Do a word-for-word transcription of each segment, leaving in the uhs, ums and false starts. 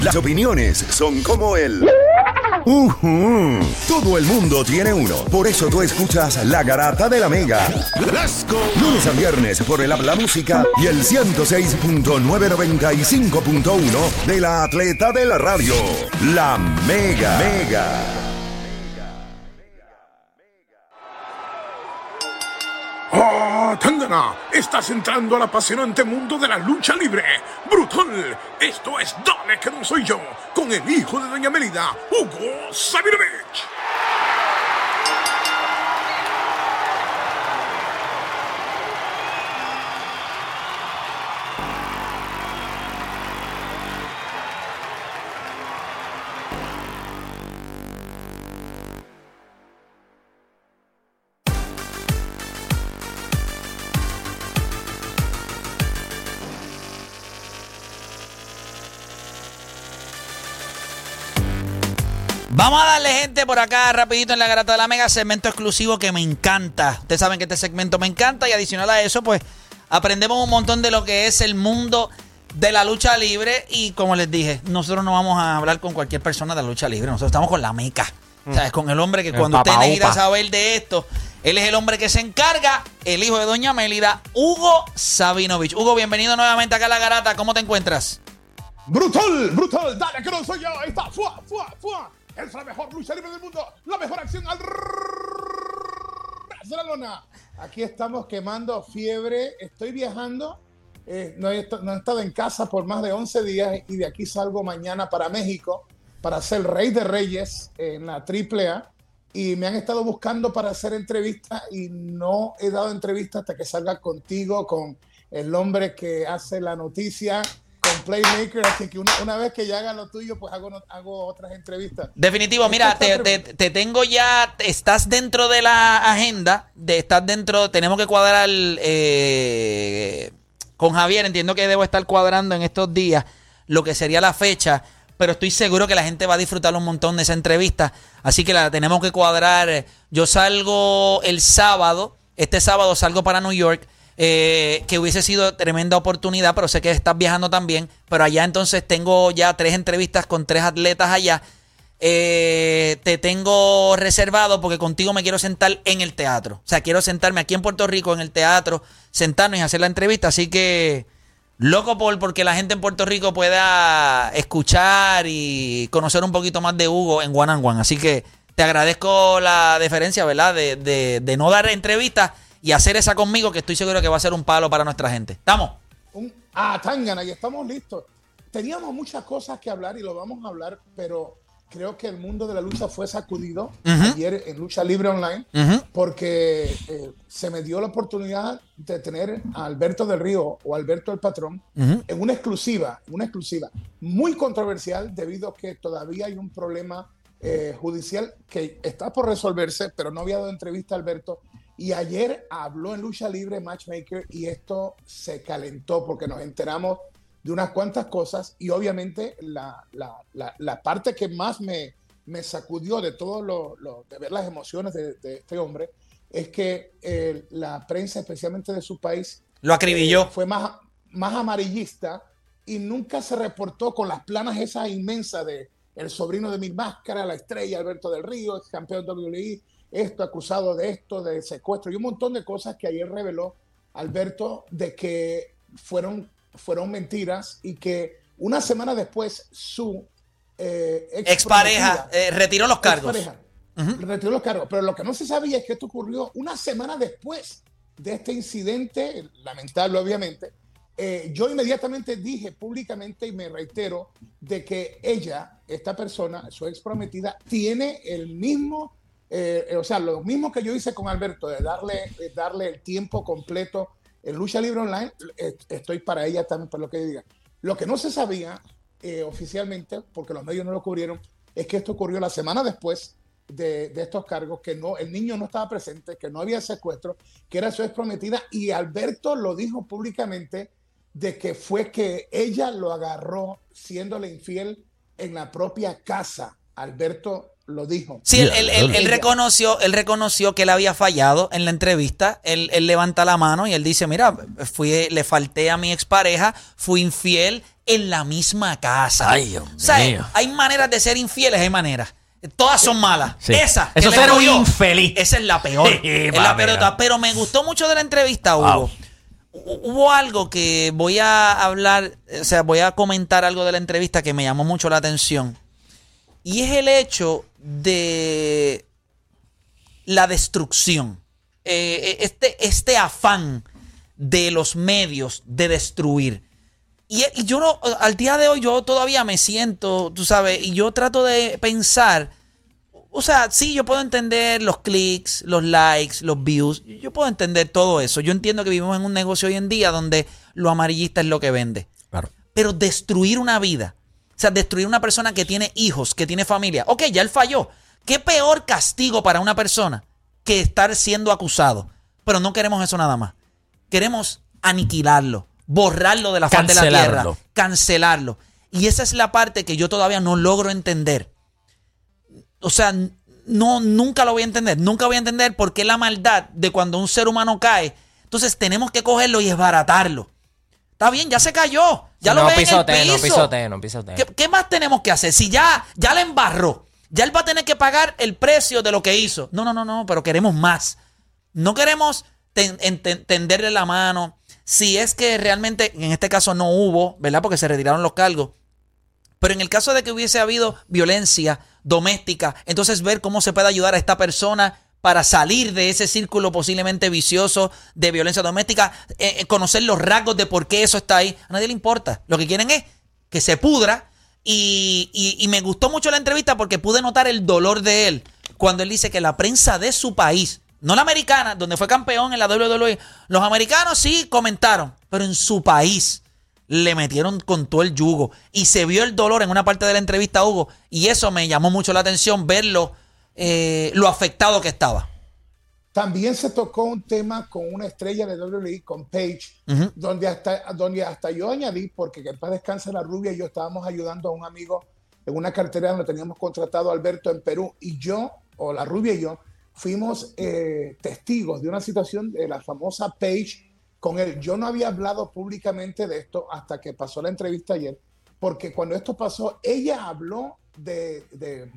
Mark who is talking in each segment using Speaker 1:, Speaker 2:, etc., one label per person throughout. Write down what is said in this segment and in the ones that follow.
Speaker 1: Las opiniones son como el... Uh-huh. Todo el mundo tiene uno. Por eso tú escuchas La Garata de la Mega. Let's go. Lunes a viernes por el Habla Música y el ciento seis punto nueve noventa y cinco punto uno de la Atleta de la Radio. La Mega. Mega.
Speaker 2: ¡Oh, Tangana! Estás entrando al apasionante mundo de la lucha libre. ¡Brutal! Esto es Dale que no soy yo, con el hijo de Doña Melida, Hugo Sabinovich.
Speaker 3: Vamos a darle, gente, por acá rapidito en La Garata de la Mega, segmento exclusivo que me encanta. Ustedes saben que este segmento me encanta y adicional a eso, pues, aprendemos un montón de lo que es el mundo de la lucha libre. Y como les dije, nosotros no vamos a hablar con cualquier persona de la lucha libre. Nosotros estamos con la Meca. Mm. ¿Sabes? Con el hombre que el cuando usted necesita saber de esto, él es el hombre que se encarga, el hijo de Doña Mélida, Hugo Sabinovich. Hugo, bienvenido nuevamente acá a La Garata. ¿Cómo te encuentras?
Speaker 2: Brutal, brutal, dale que no soy yo. Ahí está, fuá, fuá, fuá. Es la mejor lucha libre del mundo, la mejor acción al ras de la lona. Aquí estamos quemando fiebre, estoy viajando, eh, no, he, no he estado en casa por más de once días y de aquí salgo mañana para México para ser rey de reyes en la triple A y me han estado buscando para hacer entrevistas y no he dado entrevistas hasta que salga contigo, con el hombre que hace la noticia, con Playmaker, así que una, una vez que ya haga lo tuyo, pues hago, hago otras entrevistas.
Speaker 3: Definitivo, mira, te, te, te tengo ya, estás dentro de la agenda, de estás dentro, tenemos que cuadrar eh, con Javier, entiendo que debo estar cuadrando en estos días lo que sería la fecha, pero estoy seguro que la gente va a disfrutar un montón de esa entrevista, así que la tenemos que cuadrar. Yo salgo el sábado, este sábado salgo para New York. Eh, que hubiese sido tremenda oportunidad, pero sé que estás viajando también, pero allá entonces tengo ya tres entrevistas con tres atletas allá. Eh, te tengo reservado porque contigo me quiero sentar en el teatro, o sea, quiero sentarme aquí en Puerto Rico en el teatro, sentarnos y hacer la entrevista, así que loco por porque la gente en Puerto Rico pueda escuchar y conocer un poquito más de Hugo en One and One, así que te agradezco la deferencia, ¿verdad? De, de, de no dar entrevistas y hacer esa conmigo, que estoy seguro que va a ser un palo para nuestra gente. ¿Estamos?
Speaker 2: Un, ah, Tangana, y estamos listos. Teníamos muchas cosas que hablar y lo vamos a hablar, pero creo que el mundo de la lucha fue sacudido uh-huh. ayer en Lucha Libre Online, uh-huh. porque eh, se me dio la oportunidad de tener a Alberto del Río o Alberto el Patrón uh-huh. en una exclusiva, una exclusiva muy controversial debido a que todavía hay un problema eh, judicial que está por resolverse, pero no había dado entrevista a Alberto. Y ayer habló en Lucha Libre Matchmaker y esto se calentó porque nos enteramos de unas cuantas cosas y obviamente la, la, la, la parte que más me, me sacudió de todo lo, lo de ver las emociones de, de este hombre es que eh, la prensa, especialmente de su país,
Speaker 3: lo acribilló.
Speaker 2: Eh, fue más, más amarillista y nunca se reportó con las planas esas inmensas de el sobrino de Mil Máscara, la estrella Alberto del Río, ex campeón de W W E, esto, acusado de esto, de secuestro y un montón de cosas que ayer reveló Alberto de que fueron, fueron mentiras y que una semana después su eh, ex
Speaker 3: expareja eh, retiró los cargos.
Speaker 2: Uh-huh. Retiró los cargos, pero lo que no se sabía es que esto ocurrió una semana después de este incidente, lamentable obviamente. Eh, yo inmediatamente dije públicamente y me reitero de que ella, esta persona, su ex prometida, tiene el mismo Eh, o sea, lo mismo que yo hice con Alberto, de darle, de darle el tiempo completo en Lucha Libre Online, eh, estoy para ella también, por lo que diga. Lo que no se sabía eh, oficialmente, porque los medios no lo cubrieron, es que esto ocurrió la semana después de, de estos cargos, que no, el niño no estaba presente, que no había secuestro, que era su ex prometida, y Alberto lo dijo públicamente de que fue que ella lo agarró siéndole infiel en la propia casa. Alberto lo dijo.
Speaker 3: Sí, él, él, él, él reconoció, él reconoció que él había fallado en la entrevista. Él, él levanta la mano y él dice, mira, fui, le falté a mi expareja, fui infiel en la misma casa.
Speaker 4: Ay, Dios mío.
Speaker 3: O sea, hay maneras de ser infieles, hay maneras. Todas son malas.
Speaker 4: Sí.
Speaker 3: Esa.
Speaker 4: Eso es ser un infeliz.
Speaker 3: Esa es la peor.
Speaker 4: Sí,
Speaker 3: es la peor de todas. Pero me gustó mucho de la entrevista, Hugo. Wow. Hubo algo que voy a hablar, o sea, voy a comentar algo de la entrevista que me llamó mucho la atención. Y es el hecho de la destrucción. Eh, este, este afán de los medios de destruir. Y, y yo no, al día de hoy yo todavía me siento, tú sabes, y yo trato de pensar, o sea, sí, yo puedo entender los clics, los likes, los views, yo puedo entender todo eso. Yo entiendo que vivimos en un negocio hoy en día donde lo amarillista es lo que vende.
Speaker 4: Claro.
Speaker 3: Pero destruir una vida, o sea, destruir una persona que tiene hijos, que tiene familia, ok, ya él falló. ¿Qué peor castigo para una persona que estar siendo acusado? Pero no queremos eso nada más. Queremos aniquilarlo. Borrarlo de la faz de la tierra, cancelarlo. Y esa es la parte que yo todavía no logro entender. O sea, no, nunca lo voy a entender. Nunca voy a entender por qué la maldad de cuando un ser humano cae. Entonces tenemos que cogerlo y esbaratarlo. Está bien, ya se cayó. Ya
Speaker 5: no,
Speaker 3: lo ven
Speaker 5: pisotee,
Speaker 3: en el piso.
Speaker 5: no pisotee, no pisotee.
Speaker 3: ¿Qué, ¿Qué más tenemos que hacer? Si ya, ya le embarró, ya él va a tener que pagar el precio de lo que hizo. No, no, no, no, pero queremos más. No queremos ten, ten, tenderle la mano. Si es que realmente en este caso no hubo, ¿verdad? Porque se retiraron los cargos. Pero en el caso de que hubiese habido violencia doméstica, entonces ver cómo se puede ayudar a esta persona para salir de ese círculo posiblemente vicioso de violencia doméstica, eh, conocer los rasgos de por qué eso está ahí. A nadie le importa. Lo que quieren es que se pudra. Y, y, y me gustó mucho la entrevista porque pude notar el dolor de él cuando él dice que la prensa de su país, no la americana, donde fue campeón en la doble u doble u E. Los americanos sí comentaron, pero en su país le metieron con todo el yugo. Y se vio el dolor en una parte de la entrevista, Hugo. Y eso me llamó mucho la atención, verlo, eh, lo afectado que estaba.
Speaker 2: También se tocó un tema con una estrella de doble u doble u E, con Paige, uh-huh. donde, hasta, donde hasta yo añadí, porque que en paz descanse la rubia y yo estábamos ayudando a un amigo en una cartera donde teníamos contratado a Alberto en Perú. Y yo, o la rubia y yo, fuimos eh, testigos de una situación de la famosa Paige con él. Yo no había hablado públicamente de esto hasta que pasó la entrevista ayer, porque cuando esto pasó, ella habló de, de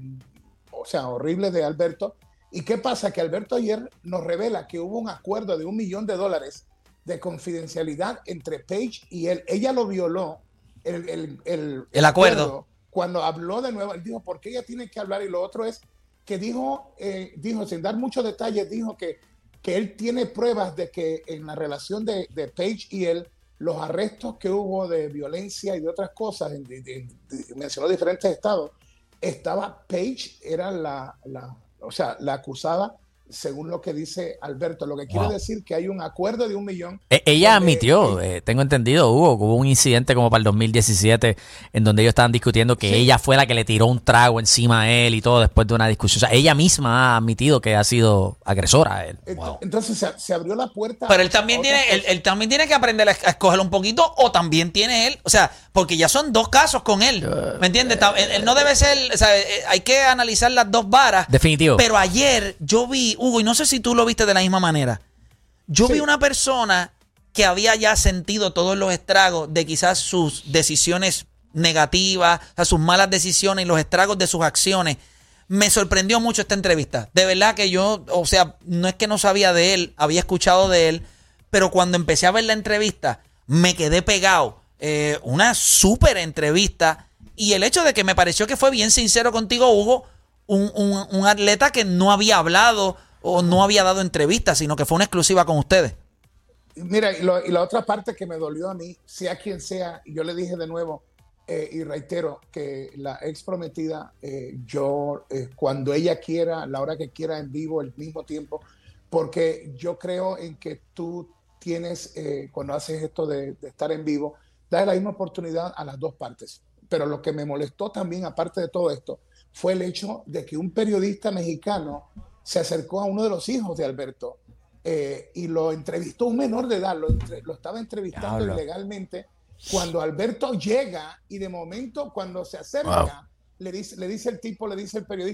Speaker 2: o sea, horrible de Alberto. ¿Y qué pasa? Que Alberto ayer nos revela que hubo un acuerdo de un millón de dólares de confidencialidad entre Paige y él. Ella lo violó, el, el, el,
Speaker 3: el acuerdo.
Speaker 2: acuerdo. Cuando habló de nuevo, él dijo, ¿por qué ella tiene que hablar? Y lo otro es que dijo, eh, dijo sin dar muchos detalles, dijo que, que él tiene pruebas de que en la relación de, de Paige y él, los arrestos que hubo de violencia y de otras cosas, de, de, de, de, mencionó diferentes estados, estaba Paige, era la, la, o sea, la acusada, según lo que dice Alberto, lo que quiere wow. decir que hay un acuerdo de un millón.
Speaker 4: Eh, ella donde, admitió, eh, tengo entendido, Hugo, hubo un incidente como para el dos mil diecisiete en donde ellos estaban discutiendo que sí. ella fue la que le tiró un trago encima a él y todo después de una discusión. O sea, ella misma ha admitido que ha sido agresora a él. Wow.
Speaker 2: Entonces se, se abrió la puerta.
Speaker 3: Pero él también tiene, él, él también tiene que aprender a escoger un poquito, o también tiene él, o sea, porque ya son dos casos con él, ¿me entiendes? Uh, él, él no debe ser, o sea, hay que analizar las dos varas.
Speaker 4: Definitivo.
Speaker 3: Pero ayer yo vi, Hugo, y no sé si tú lo viste de la misma manera, yo sí. vi una persona que había ya sentido todos los estragos de quizás sus decisiones negativas, o sea, sus malas decisiones y los estragos de sus acciones. Me sorprendió mucho esta entrevista. De verdad que yo, o sea, no es que no sabía de él, había escuchado de él, pero cuando empecé a ver la entrevista, me quedé pegado. Eh, una súper entrevista. Y el hecho de que me pareció que fue bien sincero contigo, Hugo, un, un, un atleta que no había hablado o no había dado entrevistas, sino que fue una exclusiva con ustedes.
Speaker 2: Mira, y, lo, y la otra parte que me dolió a mí, sea quien sea, yo le dije de nuevo, eh, y reitero, que la ex prometida, eh, yo, eh, cuando ella quiera, la hora que quiera, en vivo, el mismo tiempo, porque yo creo en que tú tienes, eh, cuando haces esto de, de estar en vivo, dar la misma oportunidad a las dos partes. Pero lo que me molestó también, aparte de todo esto, fue el hecho de que un periodista mexicano se acercó a uno de los hijos de Alberto eh, y lo entrevistó, un menor de edad, lo, entre, lo estaba entrevistando Diablo. ilegalmente. Cuando Alberto llega y de momento cuando se acerca, wow. le, dice, le dice el tipo, le dice el periodista,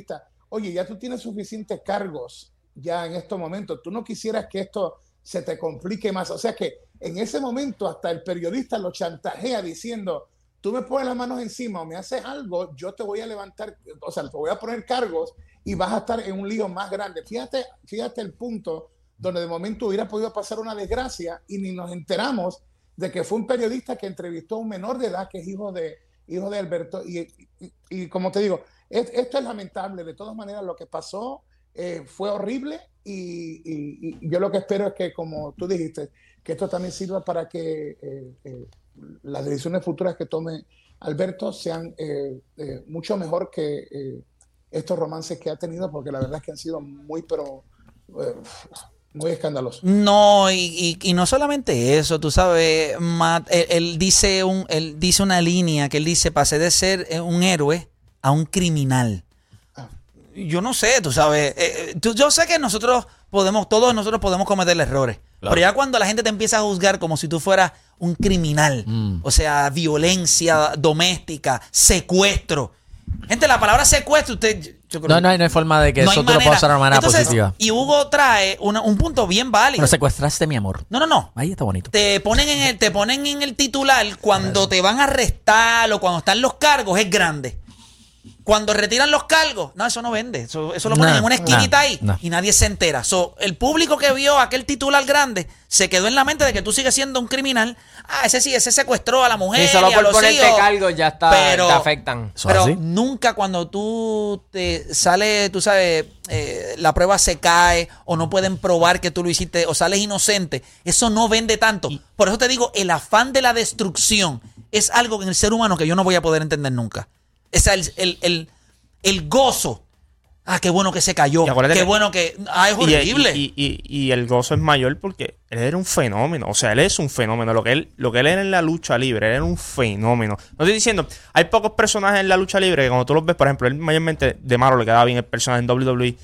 Speaker 2: oye, ya tú tienes suficientes cargos ya en estos momentos, tú no quisieras que esto se te complique más. O sea que en ese momento hasta el periodista lo chantajea diciendo, tú me pones las manos encima o me haces algo, yo te voy a levantar, o sea, te voy a poner cargos y vas a estar en un lío más grande. Fíjate, fíjate el punto donde de momento hubiera podido pasar una desgracia y ni nos enteramos de que fue un periodista que entrevistó a un menor de edad que es hijo de, hijo de Alberto. Y, y, y como te digo, es, esto es lamentable. De todas maneras, lo que pasó eh, fue horrible y, y, y yo lo que espero es que, como tú dijiste, que esto también sirva para que eh, eh, las decisiones futuras que tome Alberto sean eh, eh, mucho mejor que eh, estos romances que ha tenido, porque la verdad es que han sido muy, pero eh, muy escandalosos.
Speaker 3: No, y, y, y no solamente eso, tú sabes, Matt, él, él, dice un, él dice una línea que él dice, pasé de ser un héroe a un criminal. Ah. Yo no sé, tú sabes, eh, tú, yo sé que nosotros podemos, todos nosotros podemos cometer errores. Claro. Pero ya cuando la gente te empieza a juzgar como si tú fueras un criminal, mm. o sea, violencia doméstica, secuestro. Gente, la palabra secuestro, usted... Yo creo
Speaker 4: no, no hay, no hay forma de que no eso tú lo puedas usar de manera Entonces, positiva.
Speaker 3: Y Hugo trae una, un punto bien válido.
Speaker 4: Pero secuestraste mi amor.
Speaker 3: No, no, no.
Speaker 4: Ahí está bonito.
Speaker 3: Te ponen en el, te ponen en el titular cuando te van a arrestar o cuando están los cargos, es grande. Cuando retiran los cargos, no, eso no vende. Eso, eso lo ponen nah, en una esquinita nah, ahí nah. y nadie se entera. So, el público que vio aquel titular grande se quedó en la mente de que tú sigues siendo un criminal. Ah, ese sí, ese secuestró a la mujer.
Speaker 5: Y solo
Speaker 3: y a
Speaker 5: por
Speaker 3: los
Speaker 5: ponerte
Speaker 3: hijos.
Speaker 5: cargos ya está,
Speaker 3: pero,
Speaker 5: te afectan.
Speaker 3: Pero
Speaker 4: ¿así?
Speaker 3: Nunca cuando tú te sale, tú sabes, eh, la prueba se cae o no pueden probar que tú lo hiciste o sales inocente, eso no vende tanto. Por eso te digo, el afán de la destrucción es algo en el ser humano que yo no voy a poder entender nunca. Es el, el, el, el gozo. Ah, qué bueno que se cayó. Qué
Speaker 6: que,
Speaker 3: bueno que... Ah, es horrible.
Speaker 6: Y, y, y, y el gozo es mayor porque él era un fenómeno. O sea, él es un fenómeno. Lo que él, lo que él era en la lucha libre, él era un fenómeno. No estoy diciendo... Hay pocos personajes en la lucha libre que cuando tú los ves, por ejemplo, él mayormente de Maro le quedaba bien el personaje en doble u doble u E.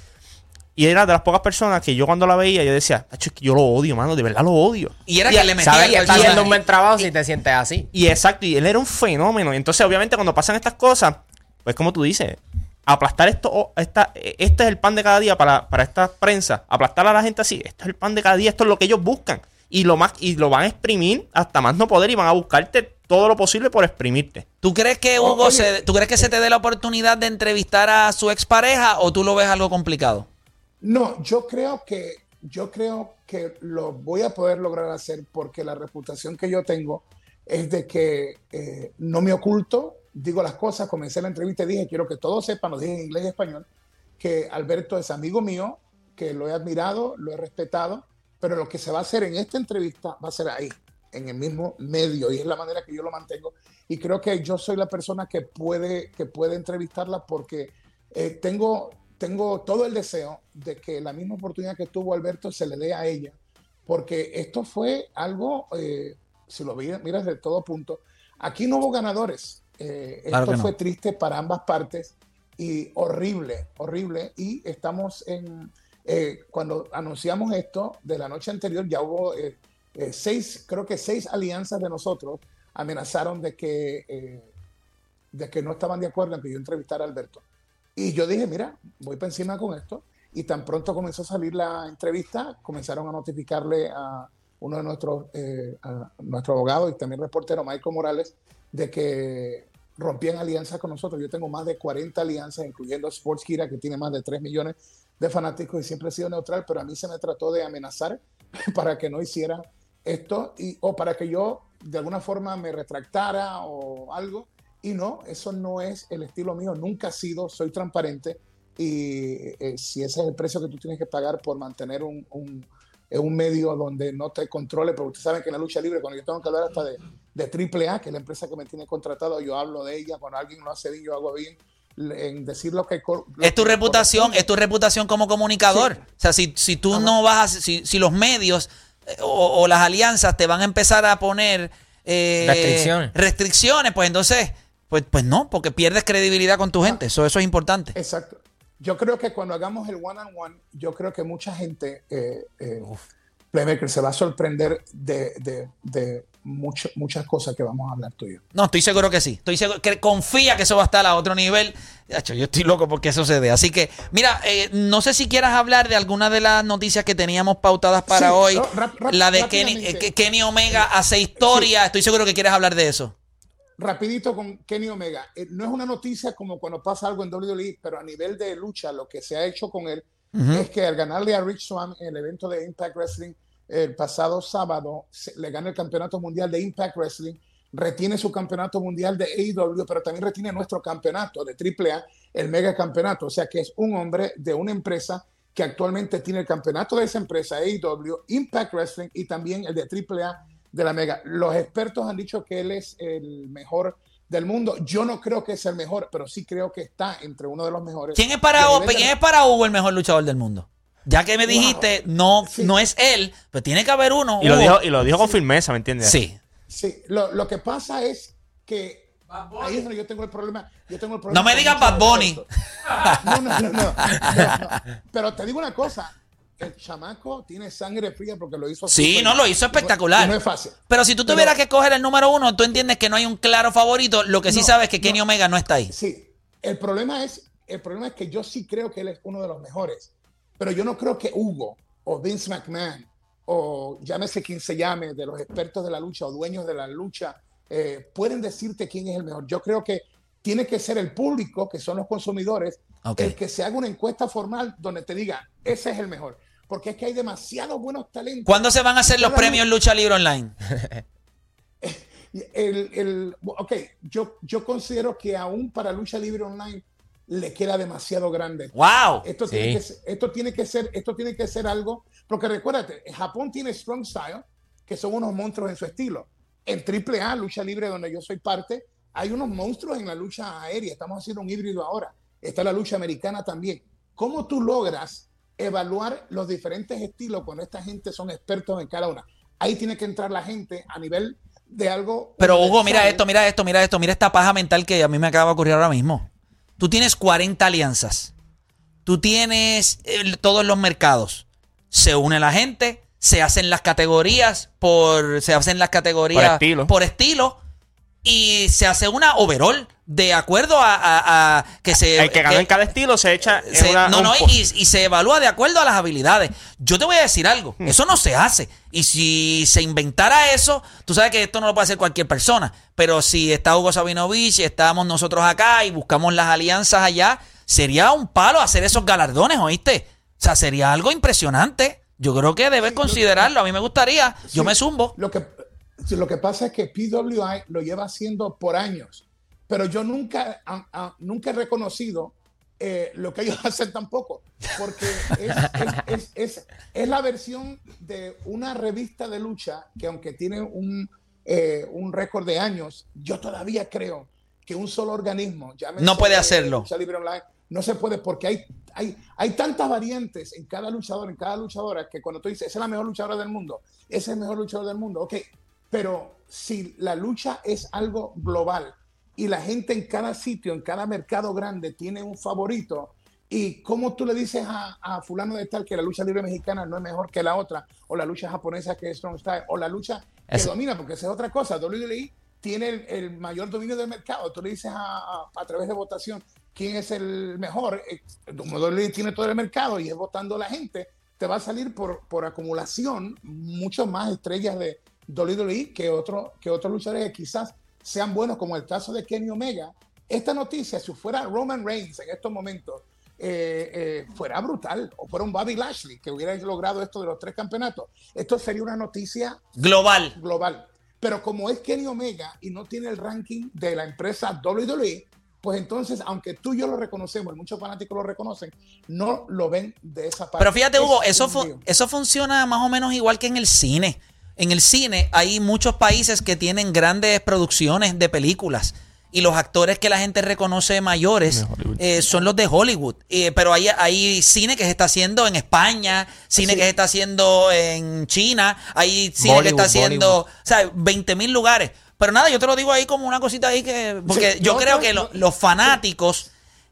Speaker 6: Y era de las pocas personas que yo cuando la veía, yo decía, es que yo lo odio, mano, de verdad lo odio.
Speaker 3: Y era
Speaker 6: y
Speaker 3: que le metía
Speaker 5: ¿sabes?
Speaker 3: el
Speaker 5: Y está haciendo un buen trabajo si te sientes así.
Speaker 6: Y exacto, y él era un fenómeno. Y entonces, obviamente, cuando pasan estas cosas, pues como tú dices... Aplastar esto, esta, este es el pan de cada día para, para esta prensa. Aplastar a la gente así, esto es el pan de cada día, esto es lo que ellos buscan. Y lo más y lo van a exprimir hasta más no poder y van a buscarte todo lo posible por exprimirte.
Speaker 3: ¿Tú crees que Hugo, se, ¿tú crees que se te dé la oportunidad de entrevistar a su expareja o tú lo ves algo complicado?
Speaker 2: No, yo creo que, yo creo que lo voy a poder lograr hacer porque la reputación que yo tengo es de que eh, no me oculto. Digo las cosas, comencé la entrevista y dije, quiero que todos sepan, lo dije en inglés y español, que Alberto es amigo mío, que lo he admirado, lo he respetado, pero lo que se va a hacer en esta entrevista va a ser ahí, en el mismo medio, y es la manera que yo lo mantengo. Y creo que yo soy la persona que puede, que puede entrevistarla porque eh, tengo, tengo todo el deseo de que la misma oportunidad que tuvo Alberto se le dé a ella, porque esto fue algo, eh, si lo miras de todo punto, aquí no hubo ganadores. Eh,
Speaker 3: claro
Speaker 2: esto
Speaker 3: no.
Speaker 2: fue triste para ambas partes y horrible, horrible. Y estamos en, eh, cuando anunciamos esto de la noche anterior, ya hubo eh, eh, seis, creo que seis alianzas de nosotros amenazaron de que, eh, de que no estaban de acuerdo en que yo entrevistara a Alberto. Y yo dije, mira, voy para encima con esto. Y tan pronto comenzó a salir la entrevista, comenzaron a notificarle a uno de nuestros, eh, a nuestro abogado y también reportero, Michael Morales, de que rompían alianzas con nosotros. Yo tengo más de cuarenta alianzas, incluyendo Sportskeeda, que tiene más de tres millones de fanáticos y siempre he sido neutral, pero a mí se me trató de amenazar para que no hiciera esto y, o para que yo de alguna forma me retractara o algo. Y no, eso no es el estilo mío, nunca ha sido, soy transparente y eh, si ese es el precio que tú tienes que pagar por mantener un... un es un medio donde no te controle, pero ustedes saben que en la lucha libre, cuando yo tengo que hablar hasta de, de triple A, que es la empresa que me tiene contratado, yo hablo de ella, cuando alguien lo hace bien, yo hago bien, en decir lo que... Lo
Speaker 3: es tu
Speaker 2: que
Speaker 3: reputación, es tu reputación como comunicador. Sí. O sea, si, si tú Ajá. no vas a... Si, si los medios eh, o, o las alianzas te van a empezar a poner... Eh,
Speaker 5: restricciones.
Speaker 3: Restricciones, pues entonces... Pues, pues no, porque pierdes credibilidad con tu Ajá. gente. Eso, eso es importante.
Speaker 2: Exacto. Yo creo que cuando hagamos el one-on-one, yo creo que mucha gente, eh, eh, Playmaker, se va a sorprender de, de, de mucho, muchas cosas que vamos a hablar tú y yo.
Speaker 3: No, estoy seguro que sí. Estoy seguro que confía que eso va a estar a otro nivel. Yacho, yo estoy loco porque eso se dé. Así que, mira, eh, no sé si quieras hablar de alguna de las noticias que teníamos pautadas para
Speaker 2: Sí,
Speaker 3: hoy.
Speaker 2: no, rap- rap-
Speaker 3: la de Kenny,
Speaker 2: rápidamente.
Speaker 3: eh, Kenny Omega hace historia.
Speaker 2: Sí.
Speaker 3: Estoy seguro que quieres hablar de eso.
Speaker 2: Rapidito con Kenny Omega. Eh, no es una noticia como cuando pasa algo en W W E, pero a nivel de lucha, lo que se ha hecho con él uh-huh. es que al ganarle a Rich Swann en el evento de Impact Wrestling el pasado sábado, se, le gana el campeonato mundial de Impact Wrestling, retiene su campeonato mundial de A E W, pero también retiene nuestro campeonato de triple A, el mega campeonato. O sea que es un hombre de una empresa que actualmente tiene el campeonato de esa empresa, A E W, Impact Wrestling y también el de triple A de la mega. Los expertos han dicho que él es el mejor del mundo. Yo no creo que es el mejor, pero sí creo que está entre uno de los mejores.
Speaker 3: ¿Quién es para, Hugo, ¿quién es para Hugo el mejor luchador del mundo? Ya que me dijiste, wow. no, sí. no es él, pero tiene que haber uno.
Speaker 6: Y lo dijo, y lo dijo con firmeza, ¿me entiendes?
Speaker 3: Sí.
Speaker 2: Sí, lo, lo que pasa es que ahí es donde yo tengo el problema. Yo tengo el problema
Speaker 3: no me digas Bad Bunny.
Speaker 2: No, no, no, no, no, no. Pero te digo una cosa. El chamaco tiene sangre fría porque lo hizo.
Speaker 3: Sí, no, lo hizo espectacular.
Speaker 2: Y no es fácil.
Speaker 3: Pero si tú
Speaker 2: Pero,
Speaker 3: tuvieras que coger el número uno, tú entiendes que no hay un claro favorito. Lo que sí no, sabes es que Kenny no, Omega no está ahí.
Speaker 2: Sí, el problema es, el problema es que yo sí creo que él es uno de los mejores. Pero yo no creo que Hugo o Vince McMahon o llámese quien se llame, de los expertos de la lucha o dueños de la lucha, eh, pueden decirte quién es el mejor. Yo creo que tiene que ser el público, que son los consumidores, okay. el que se haga una encuesta formal donde te diga, ese es el mejor. Porque es que hay demasiados buenos talentos.
Speaker 3: ¿Cuándo se van a hacer los premios Lucha Libre Online?
Speaker 2: el, el, ok, yo, yo considero que aún para Lucha Libre Online le queda demasiado grande.
Speaker 3: ¡Wow!
Speaker 2: Esto,
Speaker 5: sí.
Speaker 2: tiene que ser, esto, tiene que ser, esto tiene que ser algo, porque recuérdate, Japón tiene Strong Style, que son unos monstruos en su estilo. En triple A, Lucha Libre, donde yo soy parte, hay unos monstruos en la lucha aérea. Estamos haciendo un híbrido ahora. Está la lucha americana también. ¿Cómo tú logras evaluar los diferentes estilos cuando esta gente son expertos en cada una? Ahí tiene que entrar la gente a nivel de algo...
Speaker 3: Pero Hugo, mira esto, mira esto, mira esto, mira esta paja mental que a mí me acaba de ocurrir ahora mismo. Tú tienes cuarenta alianzas. Tú tienes eh, todos los mercados. Se une la gente, se hacen las categorías por se hacen las categorías
Speaker 6: por estilo,
Speaker 3: por estilo y se hace una overall de acuerdo a, a, a que se
Speaker 6: el que ganó
Speaker 3: que,
Speaker 6: en cada estilo se echa
Speaker 3: se,
Speaker 6: en una,
Speaker 3: no no
Speaker 6: un,
Speaker 3: y, y se evalúa de acuerdo a las habilidades. Yo te voy a decir algo, hmm. eso no se hace, y si se inventara eso, tú sabes que esto no lo puede hacer cualquier persona, pero si está Hugo Sabinovich, estamos nosotros acá y buscamos las alianzas allá, sería un palo hacer esos galardones, ¿oíste? O sea, sería algo impresionante. Yo creo que debes sí, considerarlo. A mí me gustaría.
Speaker 2: Sí,
Speaker 3: yo me zumbo.
Speaker 2: Lo que, lo que pasa es que P W I lo lleva haciendo por años. Pero yo nunca, uh, uh, nunca he reconocido eh, lo que ellos hacen tampoco. Porque es, es, es, es, es la versión de una revista de lucha que, aunque tiene un, eh, un récord de años, yo todavía creo que un solo organismo
Speaker 3: no puede hacerlo.
Speaker 2: Lucha Libre Online, no se puede, porque hay, hay, hay tantas variantes en cada luchador, en cada luchadora, que cuando tú dices, esa es la mejor luchadora del mundo, ese es el mejor luchador del mundo, ok, pero si la lucha es algo global y la gente en cada sitio, en cada mercado grande tiene un favorito, y cómo tú le dices a, a fulano de tal que la lucha libre mexicana no es mejor que la otra, o la lucha japonesa que es Strong Style, o la lucha que Eso. domina, porque esa es otra cosa, W W E tiene el, el mayor dominio del mercado, tú le dices a, a, a través de votación quién es el mejor, como W W E tiene todo el mercado y es votando la gente, te va a salir por, por acumulación mucho más estrellas de W W E que, otro, que otros luchadores que quizás sean buenos, como el caso de Kenny Omega. Esta noticia, si fuera Roman Reigns en estos momentos, eh, eh, fuera brutal, o fuera un Bobby Lashley que hubiera logrado esto de los tres campeonatos, esto sería una noticia
Speaker 3: global.
Speaker 2: global. Pero como es Kenny Omega y no tiene el ranking de la empresa W W E, pues entonces, aunque tú y yo lo reconocemos, y muchos fanáticos lo reconocen, no lo ven de esa parte.
Speaker 3: Pero fíjate, Hugo,
Speaker 2: es
Speaker 3: eso, fu- eso funciona más o menos igual que en el cine. En el cine hay muchos países que tienen grandes producciones de películas y los actores que la gente reconoce mayores eh, son los de Hollywood. Eh, pero hay, hay cine que se está haciendo en España, cine sí. que se está haciendo en China, hay cine Bollywood, que está haciendo, Bollywood. O sea, veinte mil lugares. Pero nada, yo te lo digo ahí como una cosita ahí que... Porque sí, yo no, creo no, que lo, no, los fanáticos...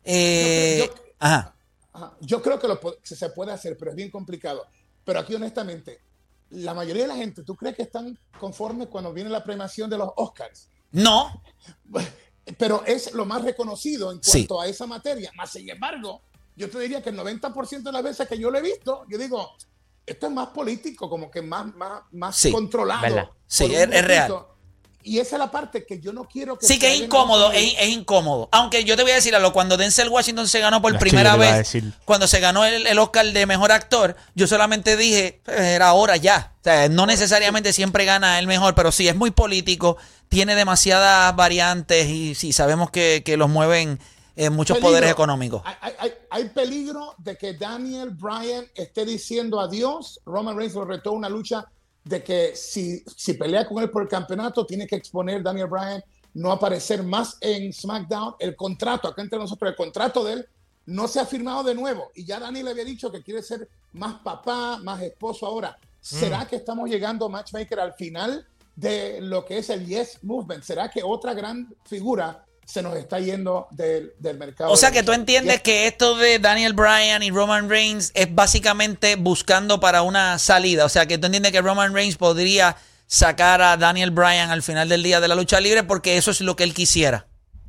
Speaker 3: Eh,
Speaker 2: yo, yo,
Speaker 3: ajá.
Speaker 2: Ajá. Yo creo que lo, se puede hacer, pero es bien complicado. Pero aquí, honestamente, la mayoría de la gente, ¿tú crees que están conformes cuando viene la premiación de los Oscars?
Speaker 3: No.
Speaker 2: pero es lo más reconocido en
Speaker 3: Sí.
Speaker 2: cuanto a esa materia. Más sin embargo, yo te diría que el noventa por ciento de las veces que yo lo he visto, yo digo, esto es más político, como que más, más, más
Speaker 3: Sí,
Speaker 2: controlado.
Speaker 5: ¿verdad?
Speaker 3: Sí,
Speaker 2: por
Speaker 3: es-
Speaker 2: un
Speaker 3: es real.
Speaker 2: grupito. Y esa es la parte que yo no quiero que
Speaker 3: Sí, que
Speaker 2: se
Speaker 3: es
Speaker 2: den
Speaker 3: incómodo,
Speaker 2: a-
Speaker 3: es, es incómodo. Aunque yo te voy a decir algo, cuando Denzel Washington se ganó por
Speaker 6: Es que
Speaker 3: primera
Speaker 6: yo te iba a
Speaker 3: vez,
Speaker 6: decir.
Speaker 3: cuando se ganó el, el Oscar de Mejor Actor, yo solamente dije, "Pues, era hora ya". O sea, no necesariamente siempre gana el mejor, pero sí, es muy político, tiene demasiadas variantes y sí, sabemos que, que los mueven eh, muchos
Speaker 2: Peligro.
Speaker 3: poderes económicos.
Speaker 2: Hay, hay- hay- hay peligro de que Daniel Bryan esté diciendo adiós. Roman Reigns lo retó a una lucha de que si, si pelea con él por el campeonato, tiene que exponer Daniel Bryan no aparecer más en SmackDown. El contrato, acá entre nosotros, el contrato de él no se ha firmado de nuevo. Y ya Daniel le había dicho que quiere ser más papá, más esposo ahora. ¿Será
Speaker 3: Mm.
Speaker 2: que estamos llegando, Matchmaker, al final de lo que es el Yes Movement? ¿Será que otra gran figura se nos está yendo del, del mercado?
Speaker 3: O sea
Speaker 2: de
Speaker 3: que tú
Speaker 2: lucha?
Speaker 3: entiendes
Speaker 2: Yes.
Speaker 3: que esto de Daniel Bryan y Roman Reigns es básicamente buscando para una salida. O sea que tú entiendes que Roman Reigns podría sacar a Daniel Bryan al final del día de la lucha libre porque eso es lo que él quisiera.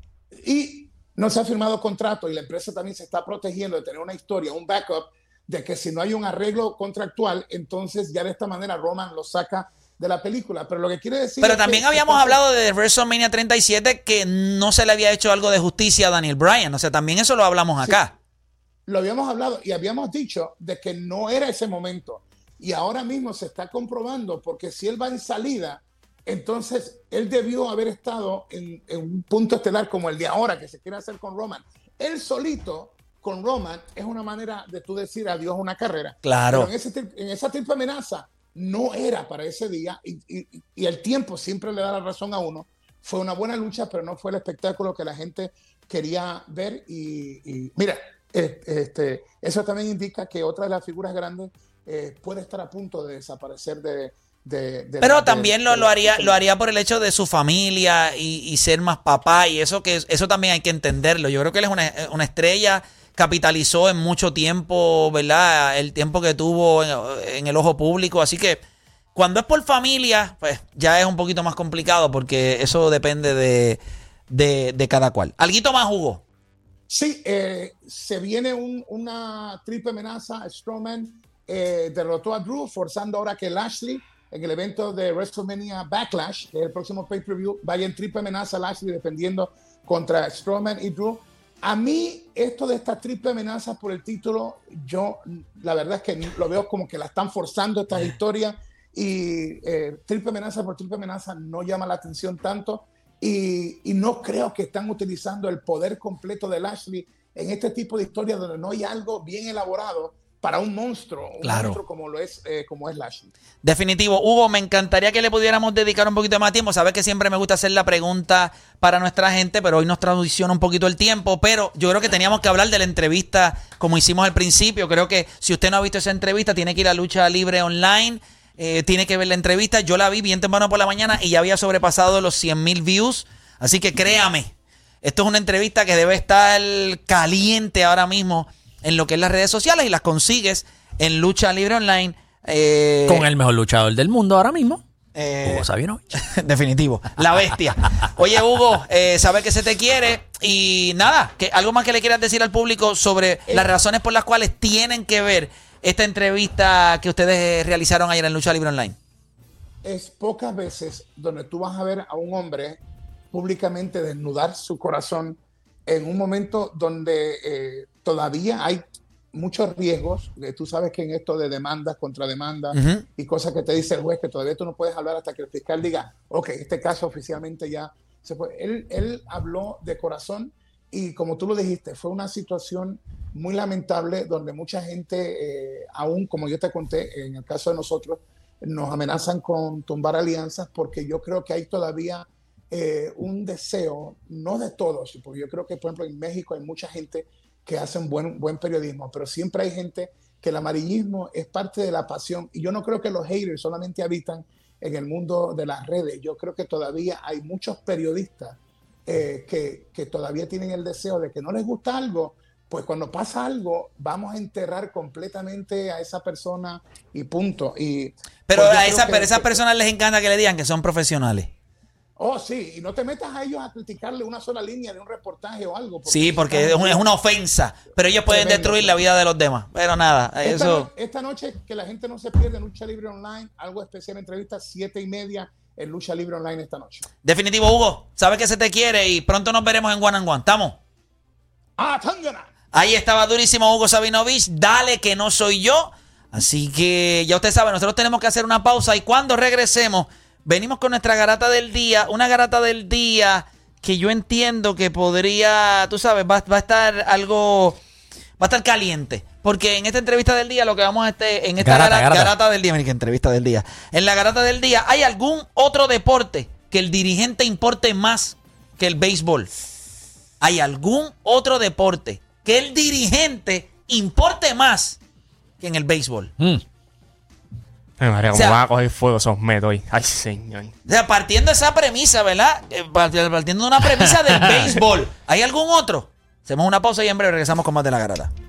Speaker 2: Y no se ha firmado contrato y la empresa también se está protegiendo de tener una historia, un backup, de que si no hay un arreglo contractual, entonces ya de esta manera Roman lo saca de la película. Pero lo que quiere decir
Speaker 3: Pero
Speaker 2: es
Speaker 3: también
Speaker 2: que
Speaker 3: habíamos
Speaker 2: está-
Speaker 3: hablado de WrestleMania treinta y siete que no se le había hecho algo de justicia a Daniel Bryan. O sea, también eso lo hablamos acá.
Speaker 2: Lo habíamos hablado y habíamos dicho de que no era ese momento. Y ahora mismo se está comprobando porque si él va en salida, entonces él debió haber estado en, en un punto estelar como el de ahora que se quiere hacer con Roman. Él solito con Roman es una manera de tú decir adiós a una carrera.
Speaker 3: Claro.
Speaker 2: Pero en, ese, tri- en esa triple amenaza no era para ese día y, y- y el tiempo siempre le da la razón a uno. Fue una buena lucha, pero no fue el espectáculo que la gente quería ver. Y, y mira, eh, este, eso también indica que otra de las figuras grandes eh, puede estar a punto de desaparecer de... de- de
Speaker 3: Pero
Speaker 2: la- de-
Speaker 3: también lo,
Speaker 2: de
Speaker 3: lo
Speaker 2: la-
Speaker 3: haría lo haría por el hecho de su familia y, y ser más papá y eso que eso también hay que entenderlo. Yo creo que él es una, una estrella, capitalizó en mucho tiempo, ¿verdad? El tiempo que tuvo en, en el ojo público, así que cuando es por familia, pues ya es un poquito más complicado porque eso depende de, de, de cada cual. Alguito más, Hugo.
Speaker 2: Sí, eh, se viene un- una triple amenaza. Strowman eh, derrotó a Drew, forzando ahora que Lashley, en el evento de WrestleMania Backlash, que es el próximo pay-per-view, vaya en triple amenaza Lashley defendiendo contra Strowman y Drew. A mí, esto de esta triple amenaza por el título, yo la verdad es que lo veo como que la están forzando estas historias y eh, triple amenaza por triple amenaza no llama la atención tanto. Y, y no creo que están utilizando el poder completo de Lashley en este tipo de historias donde no hay algo bien elaborado para un monstruo, un
Speaker 3: Claro.
Speaker 2: monstruo como lo es, eh, como es Lashley.
Speaker 3: Definitivo. Hugo, me encantaría que le pudiéramos dedicar un poquito más tiempo. Sabes que siempre me gusta hacer la pregunta para nuestra gente, pero hoy nos traducciona un poquito el tiempo. Pero yo creo que teníamos que hablar de la entrevista como hicimos al principio. Creo que si usted no ha visto esa entrevista, tiene que ir a Lucha Libre Online. Eh, tiene que ver la entrevista. Yo la vi bien temprano por la mañana y ya había sobrepasado los cien mil views. Así que créame, esto es una entrevista que debe estar caliente ahora mismo en lo que es las redes sociales y las consigues en Lucha Libre Online. Eh,
Speaker 4: Con el mejor luchador del mundo ahora mismo,
Speaker 3: eh,
Speaker 4: Hugo Sabinovich.
Speaker 3: Definitivo. La bestia. Oye, Hugo, eh, sabe que se te quiere. Y nada, que algo más que le quieras decir al público sobre las razones por las cuales tienen que ver esta entrevista que ustedes realizaron ayer en Lucha Libre Online.
Speaker 2: Es pocas veces donde tú vas a ver a un hombre públicamente desnudar su corazón en un momento donde eh, todavía hay muchos riesgos. Eh, tú sabes que en esto de demandas, contra demandas
Speaker 3: Ujú.
Speaker 2: y cosas que te dice el juez, que todavía tú no puedes hablar hasta que el fiscal diga, ok, este caso oficialmente ya se puede. Él, él habló de corazón y como tú lo dijiste, fue una situación muy lamentable donde mucha gente, eh, aún como yo te conté, en el caso de nosotros, nos amenazan con tumbar alianzas porque yo creo que hay todavía eh, un deseo, no de todos, porque yo creo que, por ejemplo, en México hay mucha gente que hace un buen, buen periodismo, pero siempre hay gente que el amarillismo es parte de la pasión y yo no creo que los haters solamente habitan en el mundo de las redes. Yo creo que todavía hay muchos periodistas eh, que, que todavía tienen el deseo de que no les gusta algo, pues cuando pasa algo vamos a enterrar completamente a esa persona y punto. Y
Speaker 3: Pero
Speaker 2: pues yo
Speaker 3: a
Speaker 2: creo
Speaker 3: esa,
Speaker 2: que-
Speaker 3: pero esas
Speaker 2: que-
Speaker 3: personas les encanta que le digan que son profesionales.
Speaker 2: Oh, sí, y no te metas a ellos a criticarle una sola línea de un reportaje o algo.
Speaker 3: Porque sí, porque es, un, es una ofensa, pero ellos pueden tremendo, destruir la vida de los demás. Pero nada,
Speaker 2: esta
Speaker 3: eso...
Speaker 2: No, esta noche, que la gente no se pierda en Lucha Libre Online, algo especial, entrevista siete y media en Lucha Libre Online esta noche.
Speaker 3: Definitivo, Hugo, sabes que se te quiere y pronto nos veremos en One and One. ¿Estamos?
Speaker 2: ¡Ah, Tangana!
Speaker 3: Ahí estaba durísimo Hugo Sabinovich, dale que no soy yo. Así que ya usted sabe, nosotros tenemos que hacer una pausa y cuando regresemos... Venimos con nuestra garata del día, una garata del día que yo entiendo que podría, tú sabes, va, va a estar algo, va a estar caliente. Porque en esta entrevista del día, lo que vamos a estar, en esta
Speaker 4: garata,
Speaker 3: garata,
Speaker 4: garata.
Speaker 3: garata del día, mira que entrevista del día. En la garata del día, ¿hay algún otro deporte que el dirigente importe más que el béisbol? ¿Hay algún otro deporte que el dirigente importe más que en el béisbol?
Speaker 4: Mm.
Speaker 6: Ay, María, cómo
Speaker 3: O sea,
Speaker 6: van a coger fuego esos métodos hoy. Ay, señor.
Speaker 3: O sea, partiendo de esa premisa, ¿verdad? Eh, Partiendo de una premisa del béisbol. ¿Hay algún otro? Hacemos una pausa y en breve regresamos con más de La Garata.